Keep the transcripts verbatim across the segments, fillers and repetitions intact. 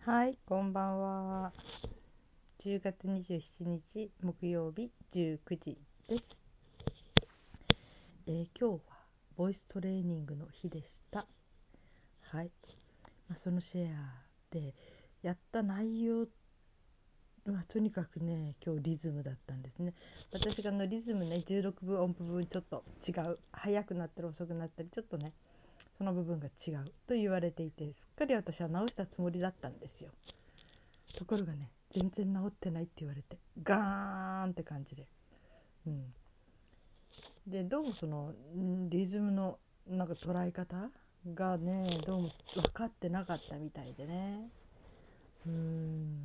はい、こんばんは。じゅうがつにじゅうしちにち木曜日じゅうくじです。えー今日はボイストレーニングの日でした。はい、まあ、そのシェアでやった内容、まあ、とにかくね、今日リズムだったんですね。私があのリズムね、じゅうろくぶん音符分ちょっと違う、速くなったり遅くなったり、ちょっとねその部分が違うと言われていて、すっかり私は直したつもりだったんですよ。ところがね、全然治ってないって言われて、ガーンって感じで、うん、でどうもそのリズムのなんか捉え方がね、どうも分かってなかったみたいでね。うーん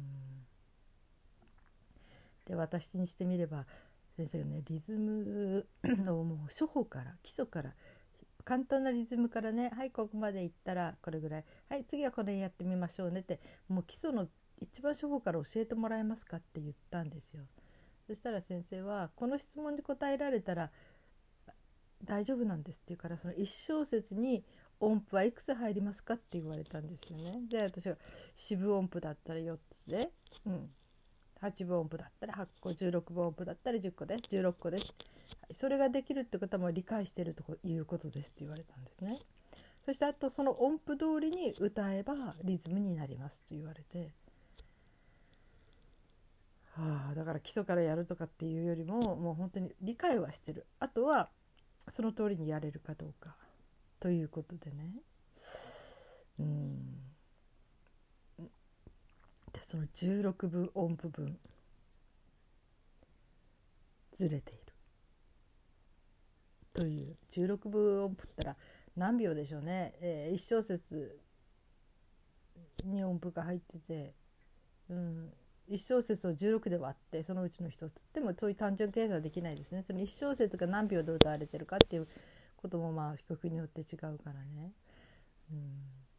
で、私にしてみれば、先生がね、リズムのもう初歩から基礎から、簡単なリズムからね、はい、ここまでいったらこれぐらい、はい、次はこれやってみましょうねって、もう基礎の一番初歩から教えてもらえますかって言ったんですよ。そしたら先生は、この質問に答えられたら大丈夫なんですって言うから、そのいち小節に音符はいくつ入りますかって言われたんですよね。で、私が四分音符だったらよっつで、うん、はちぶん音符だったらはっこ、じゅうろくぶん音符だったらじゅっこです、じゅうろっこです、それができるってことはもう理解しているということですって言われたんですね。そしてあと、その音符通りに歌えばリズムになりますと言われて、はあ、だから基礎からやるとかっていうよりも、もう本当に理解はしてる、あとはその通りにやれるかどうかということでね。うんで、そのじゅうろくぶん音符分ずれているという、じゅうろくぶん音符ったら何秒でしょうね、えー、いち小節に音符が入ってて、うん、いち小節をじゅうろくで割ってそのうちのひとつでも、そういう単純計算はできないですね。そのいち小節が何秒で歌われてるかっていうことも、まあ曲によって違うからね。うん、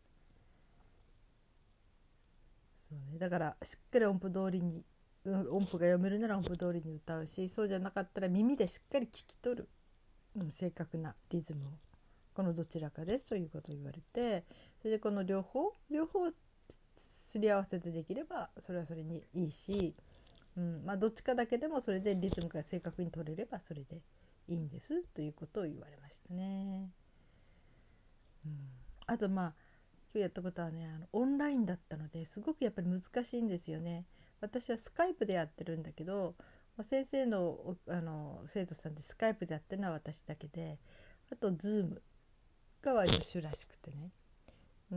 そうね、だからしっかり音符通りに、うん、音符が読めるなら音符通りに歌うし、そうじゃなかったら耳でしっかり聞き取る、うん、正確なリズムを、このどちらかですということを言われて、それでこの両方両方すり合わせてできればそれはそれにいいし、うんまあ、どっちかだけでもそれでリズムが正確に取れればそれでいいんですということを言われましたね。うん、あと、まあ今日やったことはね、あのオンラインだったのですごくやっぱり難しいんですよね。私はスカイプでやってるんだけど、先生のあの生徒さんでスカイプでやってるのは私だけで、あとズームが割と主らしくてね。うん、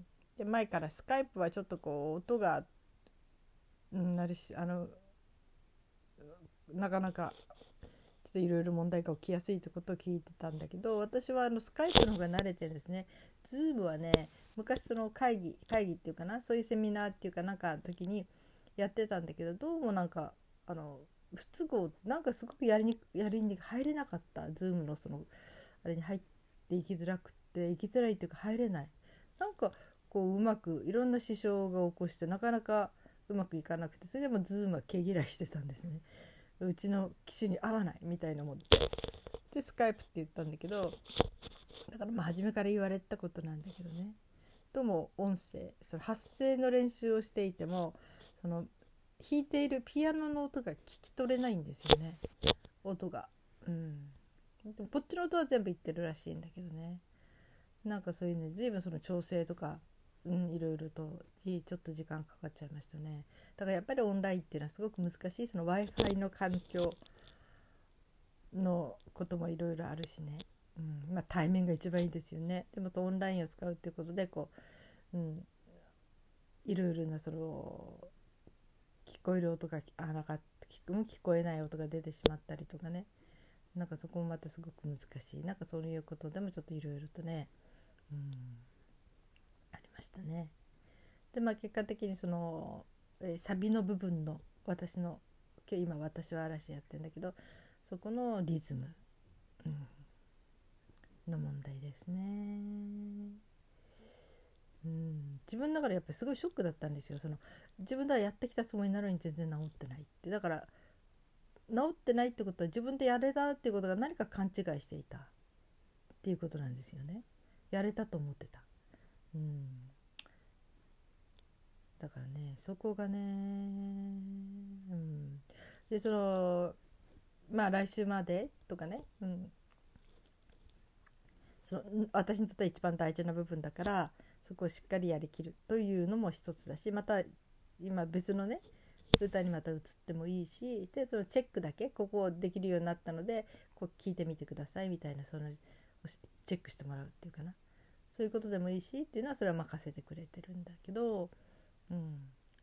で前からスカイプはちょっとこう音が、うん、なるし、あのなかなかちょっといろいろ問題が起きやすいということを聞いてたんだけど、私はあのスカイプの方が慣れてるんですね。ズームはね、昔その会議会議っていうかな、そういうセミナーっていうかなんか時にやってたんだけど、どうもなんかあの不都合、なんかすごくやりにくやりに入れなかった。ズームのそのあれに入っていきづらくて、行きづらいっていうか入れない、なんかこううまくいろんな支障が起こして、なかなかうまくいかなくて、それでもズームは毛嫌いしてたんですね。うちの機種に合わないみたいなもんでスカイプって言ったんだけど、だからまあ初めから言われたことなんだけどね。とも音声、その発声の練習をしていても、その弾いているピアノの音が聞き取れないんですよね、音が。うんでもこっちの音は全部言ってるらしいんだけどね。なんかそういうね、随分その調整とか、うん、いろいろとちょっと時間かかっちゃいましたね。だからやっぱりオンラインっていうのはすごく難しい。その ワイファイ の環境のこともいろいろあるしね、うんまあ、対面が一番いいですよね。でもオンラインを使うっていうことでこう、うん、いろいろなその聞こえる音があなか聞聞こえない音が出てしまったりとかね、なんかそこもまたすごく難しい、なんかそういうことでもちょっといろいろとね、うん、ありましたね。で、まあ、結果的にその、えーサビの部分の私の今私は嵐やってるんだけど、そこのリズム、うんの問題ですね。うん、自分だからやっぱりすごいショックだったんですよ。その自分ではやってきたつもりなのに全然治ってないって。だから治ってないってことは自分でやれたっていうことが何か勘違いしていたっていうことなんですよね。やれたと思ってた。うん、 だからねそこがね、うん、でそのまあ来週までとかね、うん、その私にとっては一番大事な部分だからそこをしっかりやりきるというのも一つだし、また今別のね歌にまた移ってもいいし、でそのチェックだけここできるようになったのでこう聞いてみてくださいみたいな、そのチェックしてもらうっていうかな、そういうことでもいいしっていうのはそれは任せてくれてるんだけど、うん、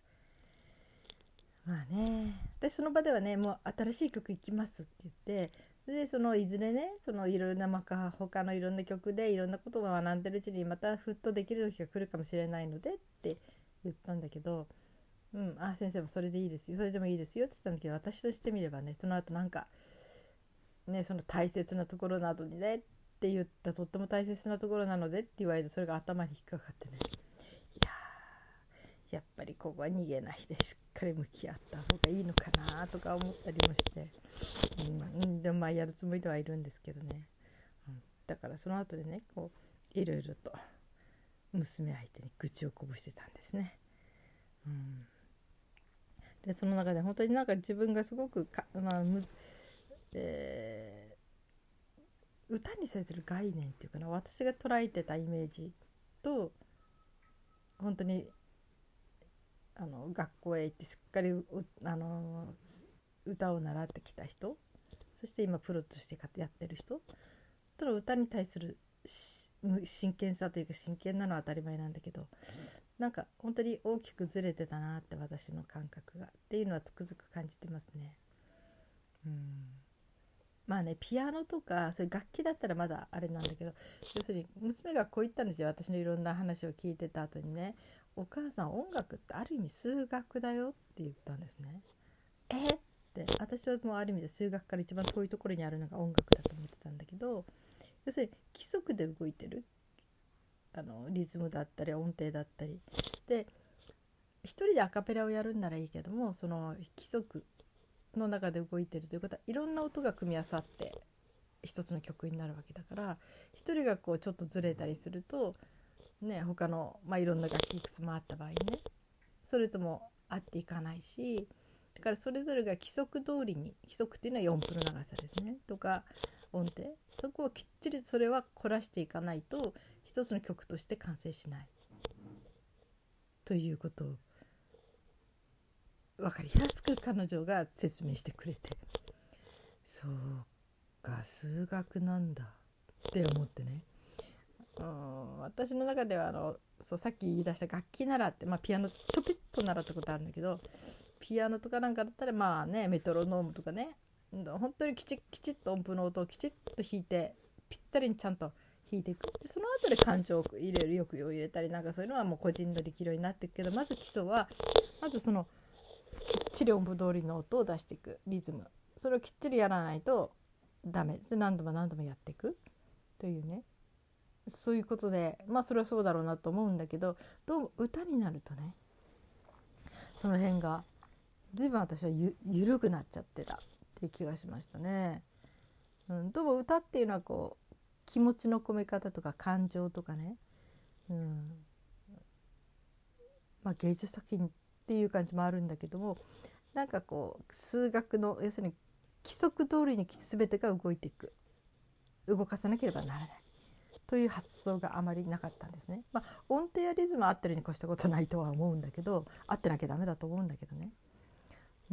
まあね、でその場ではねもう新しい曲いきますって言って、でそのいずれねそのいろんなまあ他のいろんな曲でいろんなことを学んでるうちにまたふっとできる時が来るかもしれないのでって言ったんだけど、うん、あ先生もそれでいいですよ、それでもいいですよって言ったんだけど、私としてみればねその後なんかねその大切なところなどにねって言ったとっても大切なところなのでって言われて、それが頭に引っかかってね、いややっぱりここは逃げないでしっかり向き合った方がいいのかなとか思ったりもして、うん、でもまあやるつもりではいるんですけどね、うん、だからその後でねこういろいろと娘相手に愚痴をこぼしてたんですね、うん、でその中で本当になんか自分がすごくか、まあむずえー、歌に対する概念っていうかな、私が捉えてたイメージと本当にあの学校へ行ってしっかりあの歌を習ってきた人、そして今プロとしてやってる人との歌に対する真剣さというか、真剣なのは当たり前なんだけど、なんか本当に大きくずれてたなって私の感覚がっていうのはつくづく感じてますね。うん、まあねピアノとかそういう楽器だったらまだあれなんだけど、要するに娘がこう言ったんですよ、私のいろんな話を聞いてた後にね、お母さん音楽ってある意味数学だよって言ったんですね。えって私はもうある意味で数学から一番遠いところにあるのが音楽だと思ってたんだけど、要するに規則で動いてるあのリズムだったり音程だったりで、一人でアカペラをやるんならいいけども、その規則の中で動いてるということはいろんな音が組み合わさって一つの曲になるわけだから、一人がこうちょっとずれたりするとね他の、まあ、いろんな楽器いくつもあった場合にねそれとも合っていかないし、だからそれぞれが規則通りに、規則っていうのはよんぷの長さですねとか音程、そこをきっちりそれは凝らしていかないと一つの曲として完成しないということを分かりやすく彼女が説明してくれて、そうか数学なんだって思ってね、うん、私の中ではあのそうさっき言い出した楽器習って、まあ、ピアノちょぴっと習ったことあるんだけど、ピアノとかなんかだったらまあねメトロノームとかね、本当にきちきちっと音符の音をきちっと弾いてぴったりにちゃんと弾いていく、でその後で感情を入れる抑揚を入れたりなんかそういうのはもう個人の力量になっていくけど、まず基礎はまずそのきっちり音符通りの音を出していくリズム、それをきっちりやらないとダメで、何度も何度もやっていくというね、そういうことでまあそれはそうだろうなと思うんだけど、どうも歌になるとねその辺が随分私は ゆ, 緩くなっちゃってたっていう気がしましたね、うん、どうも歌っていうのはこう気持ちの込め方とか感情とかね、うんまあ、芸術作品っていう感じもあるんだけども、なんかこう数学の要するに規則通りに全てが動いていく、動かさなければならないという発想があまりなかったんですね。まあ、音程やリズムは合ってるに越したことないとは思うんだけど、合ってなきゃダメだと思うんだけどね、うん、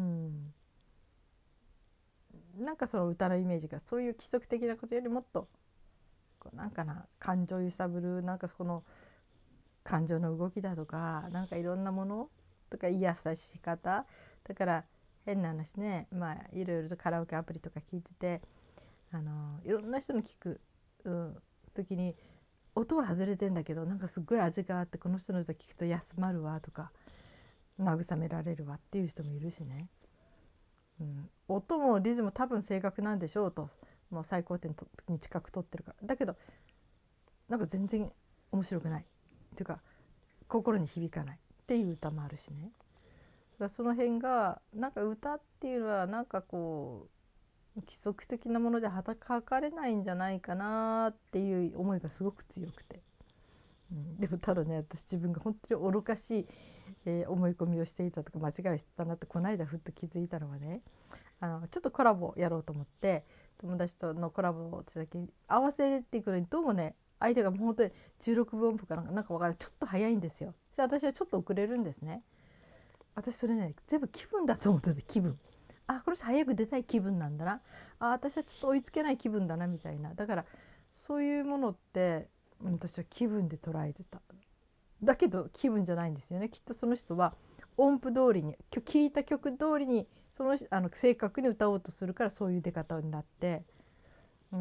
なんかその歌のイメージがそういう規則的なことよりもっとこうなんかな感情揺さぶる、なんかその感情の動きだとかなんかいろんなものとか癒さし方だから、変な話ね、まあいろいろとカラオケアプリとか聞いてて、あのいろんな人の聞く、うん、時に音は外れてんだけどなんかすごい味があって、この人の歌聞くと休まるわとか慰められるわっていう人もいるしね、うん、音もリズムも多分正確なんでしょうと、もう最高点に近く取ってるから、だけどなんか全然面白くないっていうか心に響かないっていう歌もあるしね、だからその辺がなんか歌っていうのはなんかこう規則的なものではたかれないんじゃないかなっていう思いがすごく強くて、うん、でもただね私自分が本当に愚かしいえー、思い込みをしていたとか間違いをしてたなってこの間ふっと気づいたのはね、あのちょっとコラボやろうと思って友達とのコラボを時に合わせていくのにどうもね相手がもう本当にじゅうろくぶ音符かなんかなんか分からないちょっと早いんですよ。で私はちょっと遅れるんですね。私それね全部気分だと思ってて気分あこの人早く出たい気分なんだなあ私はちょっと追いつけない気分だなみたいなだからそういうものって私は気分で捉えてただけど気分じゃないんですよね。きっとその人は音符通りに聴いた曲通りにそのあの正確に歌おうとするからそういう出方になって、うん、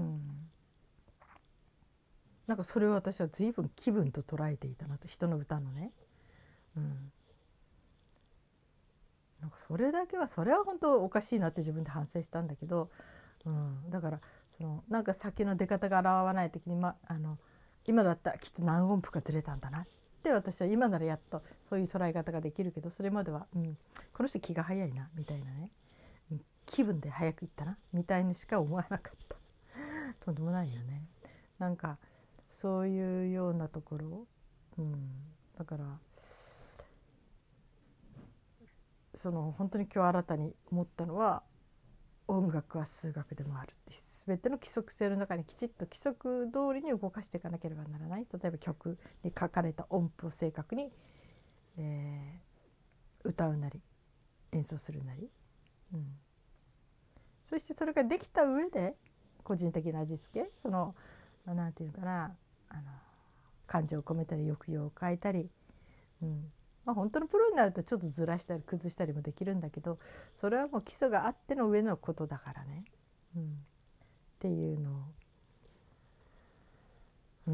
なんかそれを私は随分気分と捉えていたなと人の歌のね、うん、なんかそれだけはそれは本当おかしいなって自分で反省したんだけど、うん、だからそのなんか先の出方が現わない時に、ま、あの今だったらきっと何音符かずれたんだなって私は今ならやっとそういう捉え方ができるけどそれまでは、うん、この人気が早いなみたいなね、うん、気分で早く行ったなみたいにしか思わなかったとんでもないよね。なんかそういうようなところ、うん、だからその本当に今日新たに思ったのは音楽は数学でもあるって全ての規則性の中にきちっと規則通りに動かしていかなければならない。例えば曲に書かれた音符を正確に、えー、歌うなり演奏するなり、うん、そしてそれができた上で個人的な味付けそのなんていうかなあの感情を込めたり抑揚を変えたり、うんまあ、本当のプロになるとちょっとずらしたり崩したりもできるんだけどそれはもう基礎があっての上のことだからね、うん、っていうのを、うん、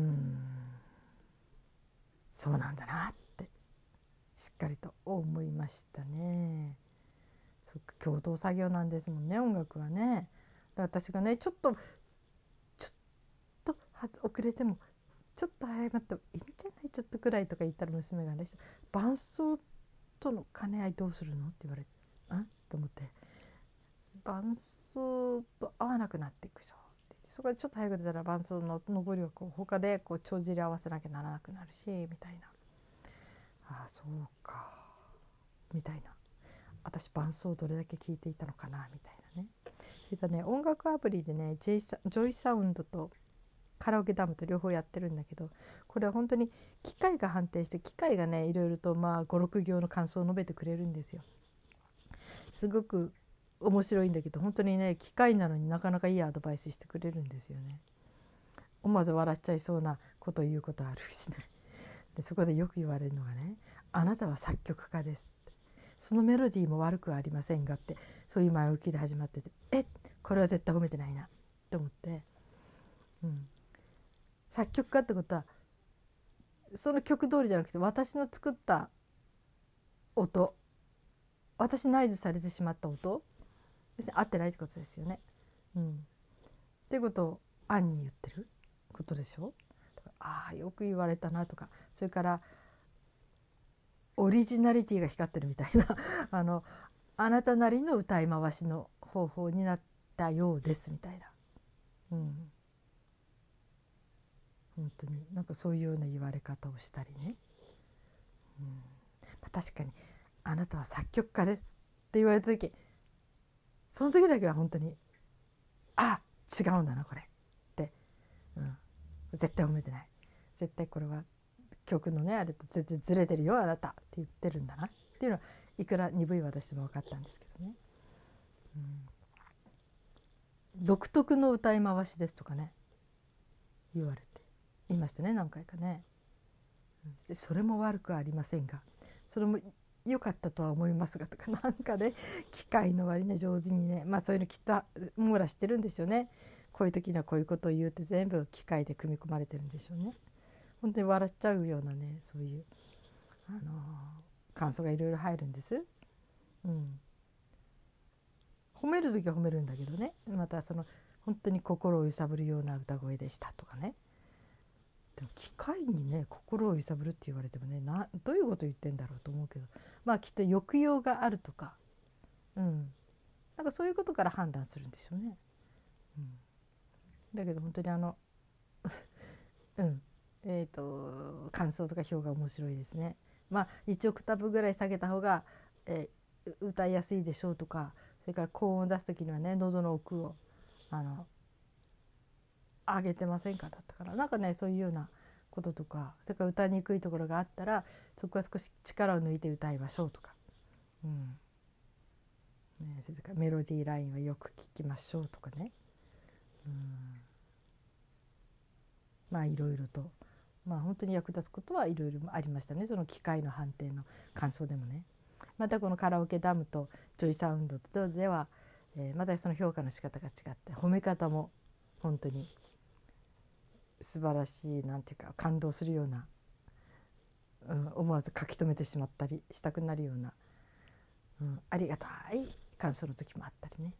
そうなんだなってしっかりと思いましたね。そっか共同作業なんですもんね音楽はね。私がねちょっとちょっと遅れてもちょっと早まってもいいんじゃないちょっとくらいとか言ったら娘がね伴奏との兼ね合いどうするのって言われてあと思って伴奏と合わなくなっていくでしょってそこでちょっと早く出たら伴奏の上りをこう他でこう帳尻合わせなきゃならなくなるしみたいなああそうかみたいな私伴奏どれだけ聴いていたのかなみたいなね。それとね音楽アプリでねジョイサウンドとカラオケダムと両方やってるんだけどこれは本当に機械が判定して機械がねいろいろとまあごろく行の感想を述べてくれるんですよ。すごく面白いんだけど本当にね機械なのになかなかいいアドバイスしてくれるんですよね。思わず笑っちゃいそうなことを言うことあるしね。でそこでよく言われるのがねあなたは作曲家ですってそのメロディーも悪くはありませんがってそういう前置きで始まっててえこれは絶対褒めてないなと思って、うん、作曲家ってことはその曲通りじゃなくて私の作った音私内図されてしまった音別に合ってないってことですよね。うん、っていうことを暗に言ってることでしょ。ああよく言われたなとかそれからオリジナリティが光ってるみたいなあのあなたなりの歌い回しの方法になったようですみたいな、うん、本当になんかそういうような言われ方をしたりね、うんまあ、確かにあなたは作曲家ですって言われた時その時だけは本当にあ違うんだなこれって、うん、絶対褒めてない絶対これは曲のねあれと全然ずれてるよあなたって言ってるんだなっていうのはいくら鈍い私も分かったんですけどね、うん、独特の歌い回しですとかね言われて言いましたね何回かね。でそれも悪くはありませんがそれも良かったとは思いますがとかなんかね機械の割に上手にねまあそういうのきっと網羅してるんですよね。こういう時にはこういうことを言うって全部機械で組み込まれてるんでしょうね。本当に笑っちゃうようなねそういう、あのー、感想がいろいろ入るんです。うん、褒める時は褒めるんだけどねまたその本当に心を揺さぶるような歌声でしたとかね。でも機械にね心を揺さぶるって言われてもねなどういうこと言ってんだろうと思うけどまあきっと抑揚があるとか、うん、なんかそういうことから判断するんでしょうね。うん、だけど本当にあのうんえーと感想とか評が面白いですね。 まあいちオクターブぐらい下げた方が、えー歌いやすいでしょうとか、それから高音を出す時にはね喉の奥をあの上げてませんかだったから、なんかねそういうようなこととか、それから歌いにくいところがあったらそこは少し力を抜いて歌いましょうとか、うんね、それからメロディーラインはよく聞きましょうとかね、うん、まあいろいろと、まあ本当に役立つことはいろいろありましたね、その機械の判定の感想でもね。またこのカラオケダムとジョイサウンドとでは、えー、またその評価の仕方が違って褒め方も本当に素晴らしい、なんていうか感動するような、うん、思わず書き留めてしまったりしたくなるような、うん、ありがたい感想の時もあったりね。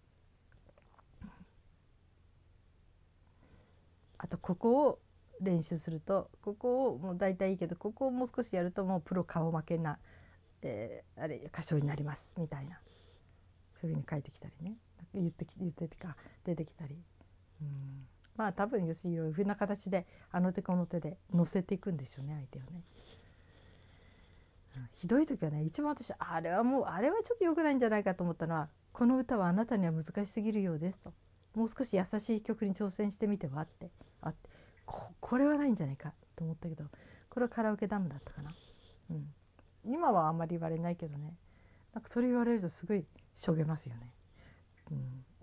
あとここを練習すると、ここをもう大体いいけどここをもう少しやるともうプロ顔負けな、えー、あれ歌唱になりますみたいな、そういうふうに書いてきたりね、言ってき言ってきか出てきたり、うん、まあ多分要するにいろいろな形であの手この手で乗せていくんでしょうね、相手をね。うん、ひどい時はね、一番私あれはもうあれはちょっと良くないんじゃないかと思ったのは、この歌はあなたには難しすぎるようですと、もう少し優しい曲に挑戦してみてはってあって、ここれはないんじゃないかと思ったけど、これはカラオケダムだったかな、うん、今はあんまり言われないけどね、なんかそれ言われるとすごいしょげますよね、うん、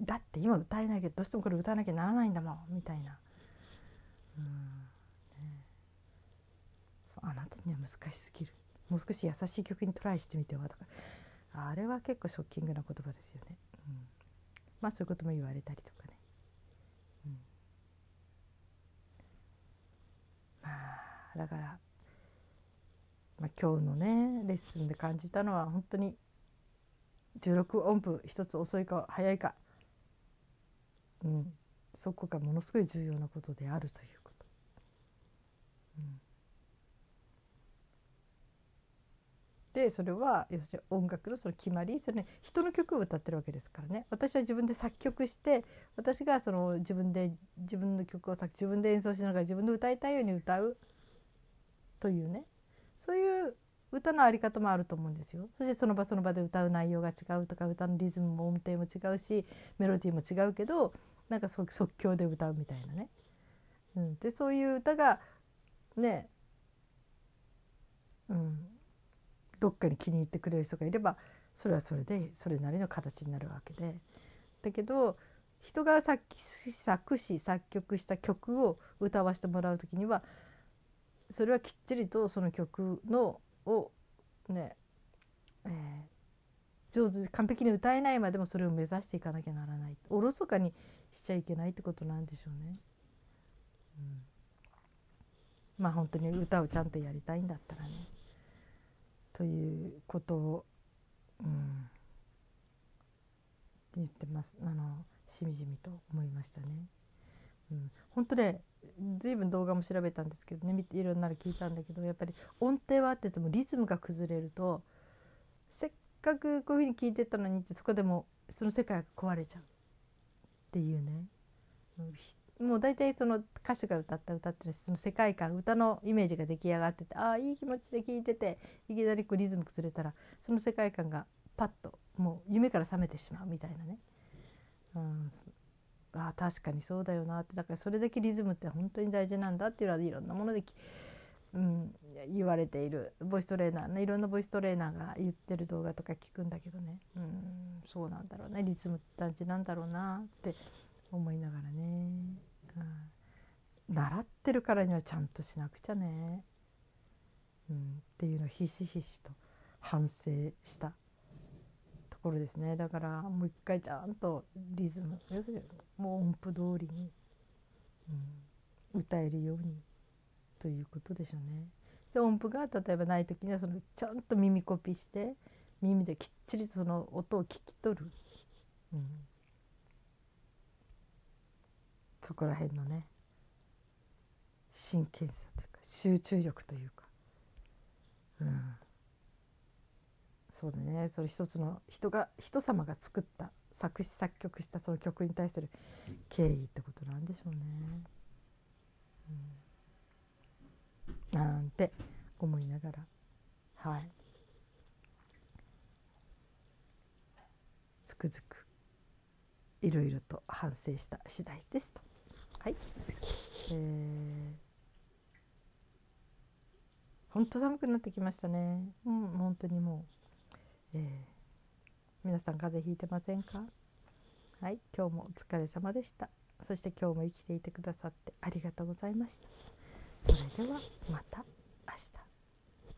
だって今歌えないけどどうしてもこれ歌わなきゃならないんだもんみたいな、うんね、そうあなたには難しすぎる、もう少し優しい曲にトライしてみてはとか、あれは結構ショッキングな言葉ですよね、うん、まあそういうことも言われたりとかね、うん、まあだから、まあ、今日のねレッスンで感じたのは本当にじゅうろく音符一つ遅いか早いか、うん、そこがものすごい重要なことであるということ、うん、でそれは要するに音楽のその決まり、それ、ね、人の曲を歌ってるわけですからね。私は自分で作曲して、私がその自分で自分の曲を作自分で演奏しながら自分で歌いたいように歌うというね、そういう歌のあり方もあると思うんですよ。そしてその場その場で歌う内容が違うとか、歌のリズムも音程も違うしメロディーも違うけど、なんか即興で歌うみたいなね、うん、でそういう歌がね、うん、どっかに気に入ってくれる人がいればそれはそれでそれなりの形になるわけで、だけど人が作詞作詞作曲した曲を歌わせてもらう時には、それはきっちりとその曲のをね、えー、上手完璧に歌えないまでもそれを目指していかなきゃならない、おろそかにしちゃいけないってことなんでしょうね、うん、まあ本当に歌をちゃんとやりたいんだったらねということを、うん、言ってます。あのしみじみと思いましたね。うん、本当ね、随分動画も調べたんですけどね、いろんなの聞いたんだけど、やっぱり音程はあっててもリズムが崩れると、せっかくこういうふうに聞いてたのにってそこでもその世界が壊れちゃうっていうね、うん、もう大体その歌手が歌った歌ってその世界観、歌のイメージが出来上がってて、ああいい気持ちで聴いてて、いきなりこうリズム崩れたらその世界観がパッともう夢から覚めてしまうみたいなね、うん、あ確かにそうだよなって、だからそれだけリズムって本当に大事なんだっていうのはいろんなもので、うん、言われているボイストレーナーね、いろんなボイストレーナーが言ってる動画とか聞くんだけどね、うん、そうなんだろうね、リズムって大事なんだろうなって思いながらね、うん、習ってるからにはちゃんとしなくちゃね、うん、っていうのをひしひしと反省したところですね。だからもう一回ちゃんとリズム、要するにもう音符通りに、うん、歌えるようにということでしょうね。で音符が例えばない時にはそのちゃんと耳コピして耳できっちりその音を聞き取る、うん、そこら辺のね真剣さというか集中力というか、うん、そうだね、それ一つの人が人様が作った作詞作曲したその曲に対する敬意ってことなんでしょうね、うん、なんて思いながらはい、つくづくいろいろと反省した次第ですと。はい、えー、本当寒くなってきましたね。うん、本当にもう、えー、皆さん風邪ひいてませんか？はい、今日もお疲れ様でした。そして今日も生きていてくださってありがとうございました。それではまた。